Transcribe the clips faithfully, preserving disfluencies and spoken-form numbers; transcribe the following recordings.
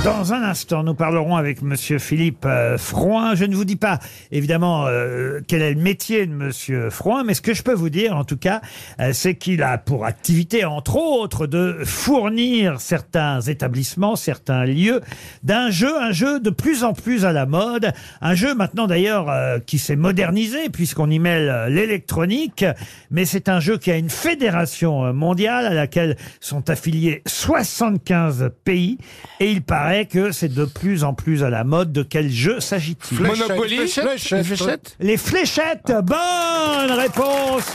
Dans un instant, nous parlerons avec Monsieur Philippe euh, Frouin. Je ne vous dis pas, évidemment, euh, quel est le métier de Monsieur Frouin, mais ce que je peux vous dire, en tout cas, euh, c'est qu'il a pour activité, entre autres, de fournir certains établissements, certains lieux, d'un jeu, un jeu de plus en plus à la mode, un jeu maintenant d'ailleurs euh, qui s'est modernisé, puisqu'on y mêle euh, l'électronique, mais c'est un jeu qui a une fédération euh, mondiale à laquelle sont affiliés soixante-quinze pays, et il paraît que c'est de plus en plus à la mode. De quel jeu s'agit-il? Monopoly, Fléchettes. fléchettes. Les fléchettes. Bonne réponse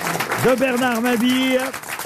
de Bernard Mabille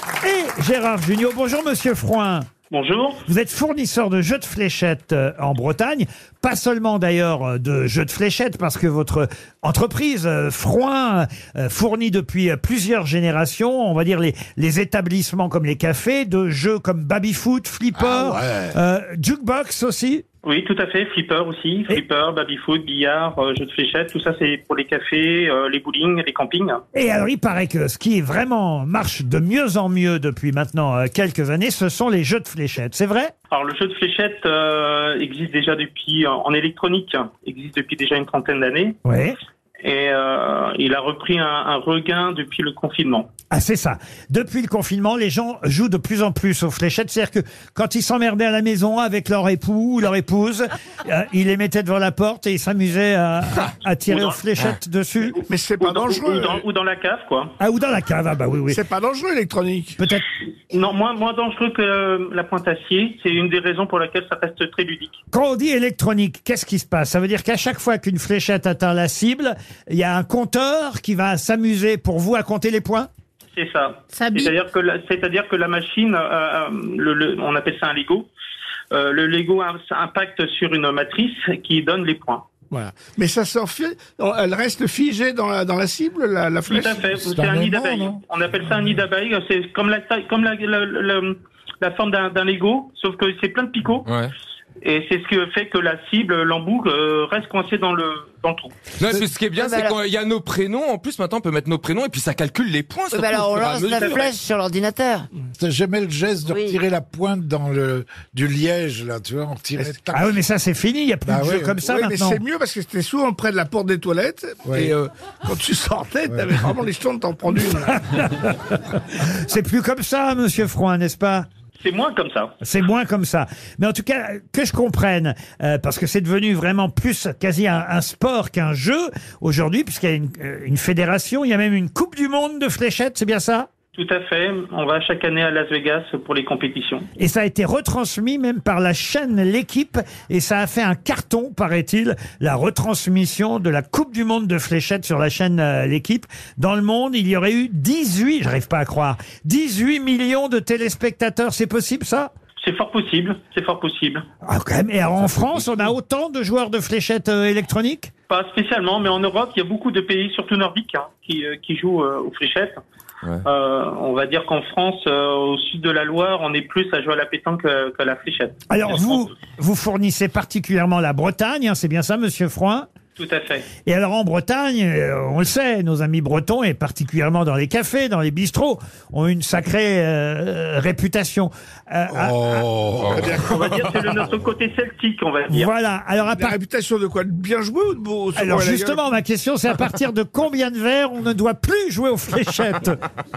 et Gérard Jugnot. Bonjour Monsieur Frouin. Bonjour. Vous êtes fournisseur de jeux de fléchettes euh, en Bretagne, pas seulement d'ailleurs euh, de jeux de fléchettes, parce que votre entreprise euh, Frouin euh, fournit depuis euh, plusieurs générations, on va dire les, les établissements comme les cafés, de jeux comme baby-foot, flipper, Ah ouais. euh, jukebox aussi. Oui, tout à fait. Flipper aussi. Flipper, baby-foot, billard, euh, jeux de fléchettes. Tout ça, c'est pour les cafés, euh, les bowling, les campings. Et alors, il paraît que ce qui vraiment marche de mieux en mieux depuis maintenant euh, quelques années, ce sont les jeux de fléchettes. C'est vrai? Alors, le jeu de fléchettes euh, existe déjà depuis, en, en électronique, existe depuis déjà une trentaine d'années. Oui. Et euh, il a repris un, un regain depuis le confinement. Ah, c'est ça. Depuis le confinement, les gens jouent de plus en plus aux fléchettes. C'est-à-dire que quand ils s'emmerdaient à la maison avec leur époux ou leur épouse, euh, ils les mettaient devant la porte et ils s'amusaient à, à, à tirer Ou dans- aux fléchettes dessus. Mais c'est Ou pas dans, ou, dangereux. dans, ou dans la cave, quoi. Ah, ou dans la cave. Ah, bah oui, oui. C'est pas dangereux, l'électronique. Peut-être. Non, moins, moins dangereux que euh, la pointe acier. C'est une des raisons pour laquelle ça reste très ludique. Quand on dit électronique, qu'est-ce qui se passe? Ça veut dire qu'à chaque fois qu'une fléchette atteint la cible, il y a un compteur qui va s'amuser pour vous à compter les points? C'est ça. Ça bip. C'est-à-dire que la, c'est-à-dire que la machine, euh, le, le, on appelle ça un Lego. Euh, le Lego im- impacte sur une matrice qui donne les points. Voilà. Mais ça sort fi- elle reste figée dans la, dans la cible, la, la Tout flèche. à fait. C'est un nid d'abeille. On appelle ça un nid d'abeille. C'est comme la taille, comme la, la, la, la forme d'un, d'un Lego, sauf que c'est plein de picots. Ouais. Et c'est ce qui fait que la cible, l'embout, euh, reste coincé dans le, dans le trou. Non, parce que ce qui est bien, Ouais, c'est mais alors- qu'il y a nos prénoms. En plus, maintenant, on peut mettre nos prénoms et puis ça calcule les points. Oui, surtout, mais alors au on fur et à lance la mesure. flèche sur l'ordinateur. J'aimais le geste de Oui. retirer la pointe dans le du liège, là, tu vois, on retirait. tac. Ah oui, mais ça, c'est fini. Il n'y a plus Bah de jeux oui. comme ça Oui, mais maintenant. c'est mieux parce que c'était souvent près de la porte des toilettes. Ouais. Et euh, quand tu sortais, t'avais vraiment les jetons de t'en prendre une. C'est plus comme ça, Monsieur Frouin, n'est-ce pas? C'est moins comme ça. C'est moins comme ça. Mais en tout cas, que je comprenne, euh, parce que c'est devenu vraiment plus quasi un, un sport qu'un jeu aujourd'hui, puisqu'il y a une, euh, une fédération, il y a même une Coupe du Monde de fléchettes, c'est bien ça? Tout à fait. On va chaque année à Las Vegas pour les compétitions. Et ça a été retransmis même par la chaîne L'équipe, et ça a fait un carton, paraît-il, la retransmission de la Coupe du Monde de fléchettes sur la chaîne euh, L'équipe. Dans le monde, il y aurait eu dix-huit, j'arrive pas à croire, dix-huit millions de téléspectateurs. C'est possible, ça? C'est fort possible. C'est fort possible. Ah, quand même. Et alors, en France, on a autant de joueurs de fléchettes euh, électroniques? Pas spécialement, mais en Europe, il y a beaucoup de pays, surtout nordiques, hein, qui, euh, qui jouent euh, aux fléchettes. Ouais. Euh, on va dire qu'en France, euh, au sud de la Loire, on est plus à jouer à la pétanque que- qu'à la fléchette. Alors, Je vous, pense. vous fournissez particulièrement la Bretagne, hein, c'est bien ça, Monsieur Frouin? Tout à fait. Et alors en Bretagne, euh, on le sait, nos amis bretons, et particulièrement dans les cafés, dans les bistrots, ont une sacrée euh, réputation. Euh, à- Oh. On va dire que c'est le notre côté celtique, on va dire. voilà. Alors à La part- réputation de quoi? De bien jouer ou de beau? se alors bourrer la justement, ma question, c'est à partir de combien de verres on ne doit plus jouer aux fléchettes?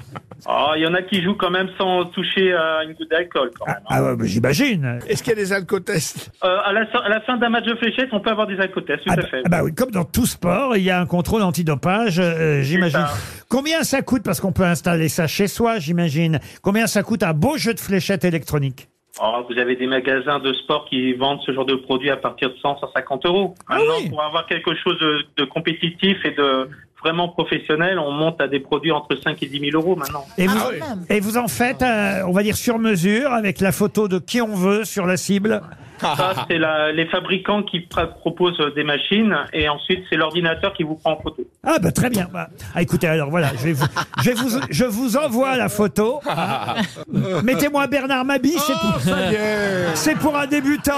Ah, il y en a qui jouent quand même sans toucher à une goutte d'alcool. Quand même, hein. Ah ouais, bah, j'imagine. gueule? Est-ce qu'il y a des alcotests? Euh, à, la, à la fin d'un match de fléchettes, on peut avoir des alcotests, tout Ah à bah, fait. ah bah oui, comme dans tout sport, il y a un contrôle antidopage, euh, j'imagine. ça. Combien ça coûte, parce qu'on peut installer ça chez soi, j'imagine. Combien ça coûte un beau jeu de fléchettes électronique? Oh, vous avez des magasins de sport qui vendent ce genre de produits à partir de cent, cent cinquante euros. Ah Maintenant, oui. pour avoir quelque chose de, de compétitif et de vraiment professionnel, on monte à des produits entre cinq et dix mille euros maintenant. Et vous, Ah, quand même. et vous en faites, euh, on va dire, sur mesure, avec la photo de qui on veut sur la cible? Ça, c'est la, les fabricants qui pr- proposent des machines et ensuite c'est l'ordinateur qui vous prend en photo. Ah bah très bien. Bah, ah, écoutez, alors voilà, je vais vous, je vais vous, je vous envoie la photo. Ah. Mettez-moi Bernard Mabille, c'est pour, Ça y est. c'est pour un débutant.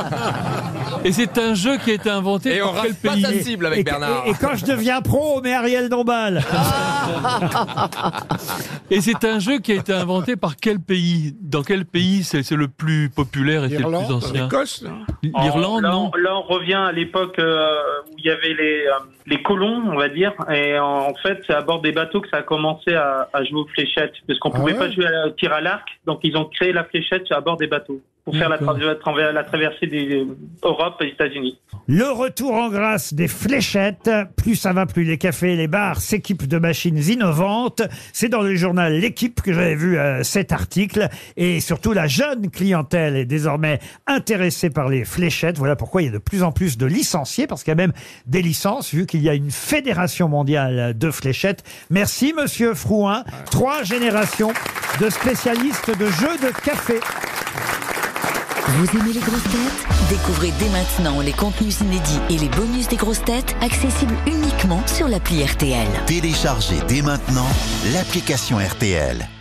Et c'est un jeu qui a été inventé Et on par quel rate pas pays sa cible avec et, Bernard. et- et quand je deviens pro, on met Ariel Dombal. Et c'est un jeu qui a été inventé par quel pays? Dans quel pays c'est c'est le plus populaire et c'est le L'Irlande, plus ancien? L'Écosse, non L'Irlande, là, non? on, là, on revient à l'époque euh, où il y avait les, euh, les colons, on va dire. Et en, en fait, c'est à bord des bateaux que ça a commencé à, à jouer aux fléchettes. Parce qu'on Ah pouvait ouais pas jouer à, au tir à l'arc. Donc, ils ont créé la fléchette à bord des bateaux pour faire la, D'accord. tra- tra- la traversée des Europe et États-Unis. Le retour en grâce des fléchettes. Plus ça va, plus les cafés et les bars s'équipent de machines innovantes. C'est dans le journal L'Équipe que j'avais vu euh, cet article. Et surtout, la jeune clientèle est désormais intéressée par les fléchettes. Voilà pourquoi il y a de plus en plus de licenciés, parce qu'il y a même des licences, vu qu'il y a une fédération mondiale de fléchettes. Merci, monsieur Frouin. Trois générations de spécialistes de jeux de café. Vous aimez les grosses têtes? Découvrez dès maintenant les contenus inédits et les bonus des grosses têtes accessibles uniquement sur l'appli R T L. Téléchargez dès maintenant l'application R T L.